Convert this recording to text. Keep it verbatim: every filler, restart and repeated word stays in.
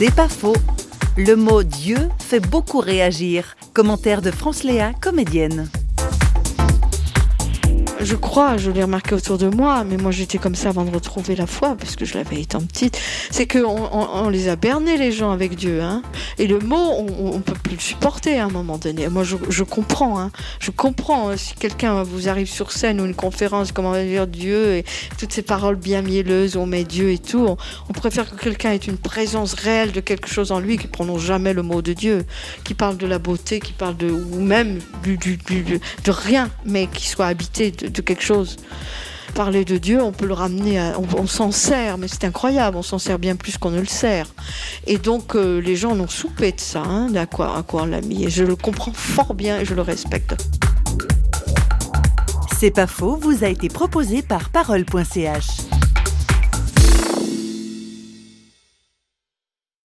C'est pas faux. Le mot Dieu fait beaucoup réagir. Commentaire de France Léa, comédienne. Je crois, je l'ai remarqué autour de moi, mais moi j'étais comme ça avant de retrouver la foi, parce que je l'avais étant petite, c'est qu'on on, on les a bernés les gens avec Dieu, hein. Et le mot, on ne peut plus le supporter à un moment donné. Moi je, je comprends, hein. je comprends, hein, si quelqu'un vous arrive sur scène ou une conférence, comment on va dire Dieu, et toutes ces paroles bien mielleuses, on met Dieu et tout, on, on préfère que quelqu'un ait une présence réelle de quelque chose en lui, qui ne prononce jamais le mot de Dieu, qui parle de la beauté, qui parle de, ou même du, du, du, de rien, mais qui soit habité de de quelque chose. Parler de Dieu, on peut le ramener à... On, on s'en sert, mais c'est incroyable, on s'en sert bien plus qu'on ne le sert. Et donc, euh, les gens en ont soupé de ça, hein, à quoi, à quoi on l'a mis. Et je le comprends fort bien et je le respecte. C'est pas faux, vous a été proposé par parole point c h.